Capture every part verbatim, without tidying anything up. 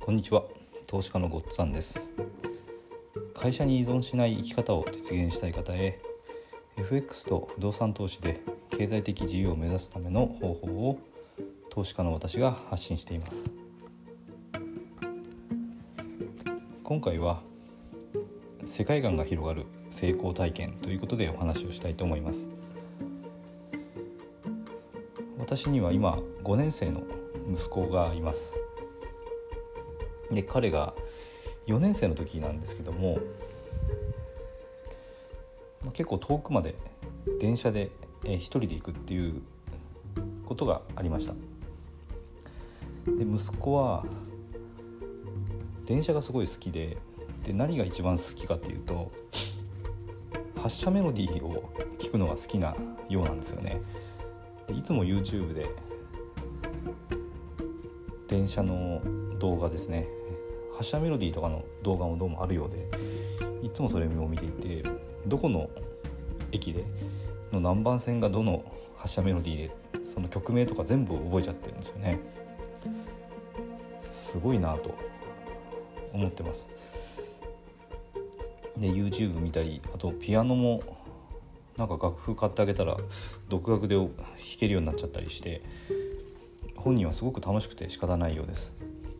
こんにちは。投資家のごっつぁんです。会社に依存しない生き方を実現したい方へ エフエックス と不動産投資で経済的自由を目指すための方法を投資家の私が発信しています。今回は世界観が広がる成功体験ということでお話をしたいと思います。私には今ごねん生の息子がいます。で、彼がよねん生の時なんですけども、結構遠くまで電車で一人で行くっていうことがありました。で、息子は電車がすごい好きで、で何が一番好きかっていうと発車メロディーを聞くのが好きなようなんですよね。でいつも YouTube で電車の動画ですね、発車メロディーとかの動画もどうもあるようで、いつもそれを見ていて、どこの駅での何番線がどの発車メロディーでその曲名とか全部覚えちゃってるんですよね。すごいなと思ってます。で YouTube 見たり、あとピアノもなんか楽譜買ってあげたら独学で弾けるようになっちゃったりして、本人はすごく楽しくて仕方ないようです。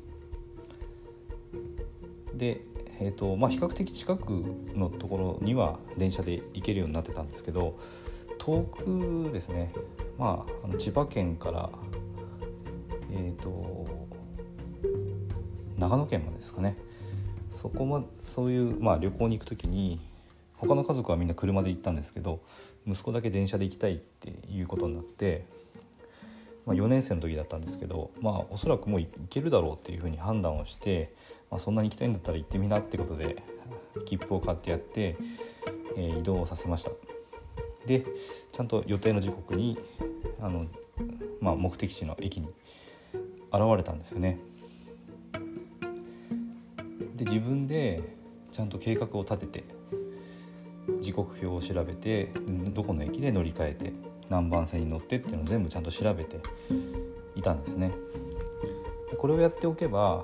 で、えーとまあ、比較的近くのところには電車で行けるようになってたんですけど、遠くですね、まあ、あの千葉県から、えーと長野県までですかね、そこもそういう、まあ、旅行に行くときに他の家族はみんな車で行ったんですけど、息子だけ電車で行きたいっていうことになって、まあ、よねん生の時だったんですけど、まあ、おそらくもう行けるだろうっていうふうに判断をして、まあ、そんなに行きたいんだったら行ってみなってことで切符を買ってやって、えー、移動をさせました。でちゃんと予定の時刻にあの、まあ、目的地の駅に現れたんですよね。で自分でちゃんと計画を立てて時刻表を調べて、どこの駅で乗り換えて何番線に乗ってっていうのを全部ちゃんと調べていたんですね。でこれをやっておけば、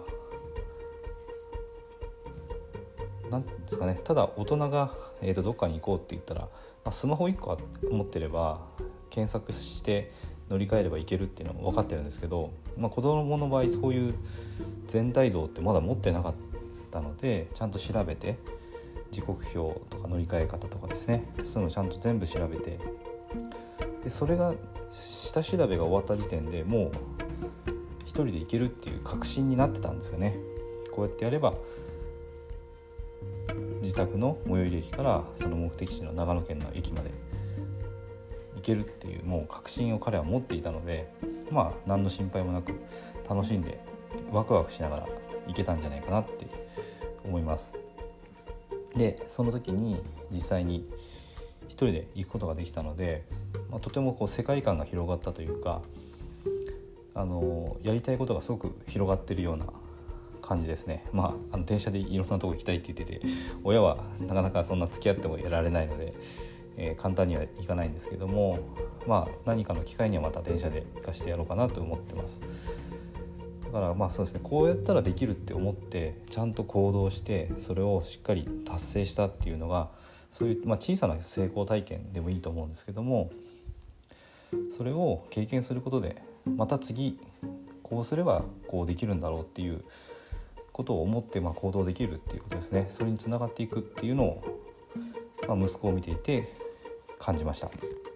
なんですかね、ただ大人が、えーと、どっかに行こうって言ったら、まあ、スマホいっこ持ってれば検索して乗り換えれば行けるっていうのも分かってるんですけど、まあ、子供の場合そういう全体像ってまだ持ってなかったので、ちゃんと調べて時刻表とか乗り換え方とかですね、そういうのをちゃんと全部調べて、でそれが下調べが終わった時点でもう一人で行けるっていう確信になってたんですよね。こうやってやれば自宅の最寄り駅からその目的地の長野県の駅まで行けるっていうもう確信を彼は持っていたので、まあ何の心配もなく楽しんでワクワクしながら行けたんじゃないかなって思います。でその時に実際に一人で行くことができたので、まあ、とてもこう世界観が広がったというか、あのやりたいことがすごく広がっているような感じですね。まあ、あの電車でいろんなとこ行きたいって言ってて、親はなかなかそんな付き合ってもやられないので、えー、簡単には行かないんですけども、まあ何かの機会にはまた電車で行かしてやろうかなと思ってます。だからまあそうですね、こうやったらできるって思ってちゃんと行動してそれをしっかり達成したっていうのが、そういう、まあ、小さな成功体験でもいいと思うんですけども、それを経験することでまた次こうすればこうできるんだろうっていうことを思って、まあ、行動できるっていうことですね。それにつながっていくっていうのを、まあ、息子を見ていて感じました。